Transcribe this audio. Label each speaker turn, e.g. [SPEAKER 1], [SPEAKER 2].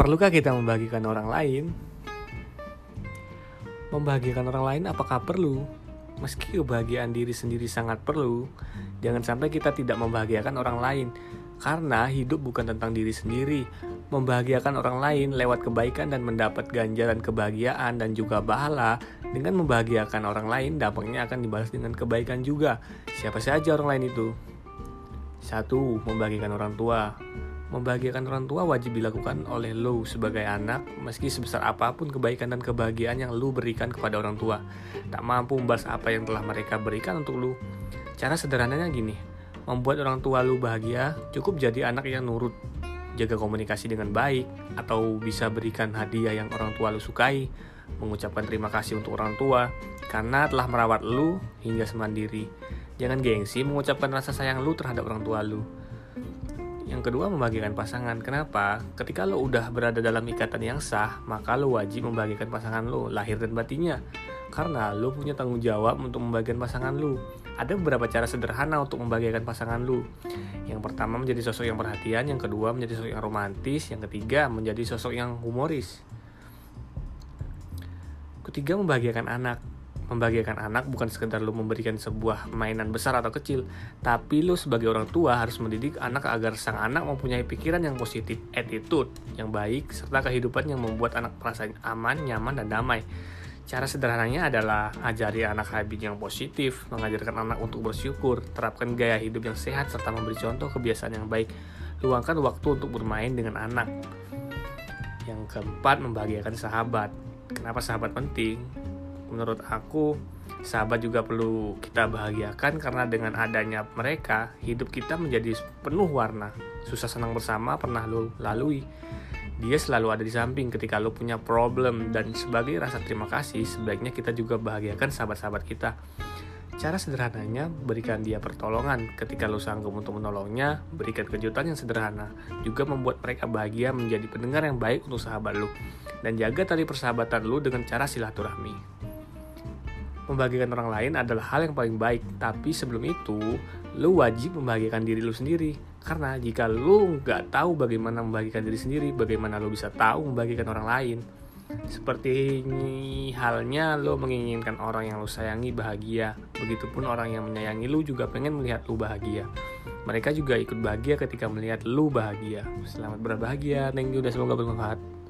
[SPEAKER 1] Perlukah kita membahagiakan orang lain? Membahagiakan orang lain apakah perlu? Meski kebahagiaan diri sendiri sangat perlu, jangan sampai kita tidak membahagiakan orang lain. Karena hidup bukan tentang diri sendiri. Membahagiakan orang lain lewat kebaikan dan mendapat ganjaran kebahagiaan dan juga pahala. Dengan membahagiakan orang lain, dampaknya akan dibalas dengan kebaikan juga. Siapa saja orang lain itu? 1. Membahagiakan orang tua. Membahagiakan orang tua wajib dilakukan oleh lo sebagai anak, meski sebesar apapun kebaikan dan kebahagiaan yang lo berikan kepada orang tua. Tak mampu membalas apa yang telah mereka berikan untuk lo. Cara sederhananya gini, membuat orang tua lo bahagia, cukup jadi anak yang nurut, jaga komunikasi dengan baik, atau bisa berikan hadiah yang orang tua lo sukai, mengucapkan terima kasih untuk orang tua, karena telah merawat lo hingga semandiri. Jangan gengsi mengucapkan rasa sayang lo terhadap orang tua lo. Yang kedua, membahagiakan pasangan. Kenapa? Ketika lo udah berada dalam ikatan yang sah, maka lo wajib membahagiakan pasangan lo, lahir dan batinnya. Karena lo punya tanggung jawab untuk membahagiakan pasangan lo. Ada beberapa cara sederhana untuk membahagiakan pasangan lo. Yang pertama, menjadi sosok yang perhatian. Yang kedua, menjadi sosok yang romantis. Yang ketiga, menjadi sosok yang humoris. Ketiga, membahagiakan anak. Membahagiakan anak bukan sekedar lo memberikan sebuah mainan besar atau kecil, tapi lo sebagai orang tua harus mendidik anak agar sang anak mempunyai pikiran yang positif, attitude yang baik, serta kehidupan yang membuat anak merasa aman, nyaman, dan damai. Cara sederhananya adalah ajari anak habit yang positif, mengajarkan anak untuk bersyukur, terapkan gaya hidup yang sehat, serta memberi contoh kebiasaan yang baik. Luangkan waktu untuk bermain dengan anak. Yang keempat, membahagiakan sahabat. Kenapa sahabat penting? Menurut aku, sahabat juga perlu kita bahagiakan karena dengan adanya mereka, hidup kita menjadi penuh warna. Susah senang bersama pernah lo lalui. Dia selalu ada di samping ketika lo punya problem, dan sebagai rasa terima kasih, sebaiknya kita juga bahagiakan sahabat-sahabat kita. Cara sederhananya, berikan dia pertolongan ketika lo sanggup untuk menolongnya, berikan kejutan yang sederhana, juga membuat mereka bahagia menjadi pendengar yang baik untuk sahabat lo, dan jaga tali persahabatan lo dengan cara silaturahmi. Membahagiakan orang lain adalah hal yang paling baik, tapi sebelum itu, lo wajib membahagiakan diri lo sendiri. Karena jika lo nggak tahu bagaimana membahagiakan diri sendiri, bagaimana lo bisa tahu membahagiakan orang lain? Seperti halnya lo menginginkan orang yang lo sayangi bahagia, begitupun orang yang menyayangi lo juga pengen melihat lo bahagia. Mereka juga ikut bahagia ketika melihat lo bahagia. Selamat berbahagia, thank you, dan semoga bermanfaat.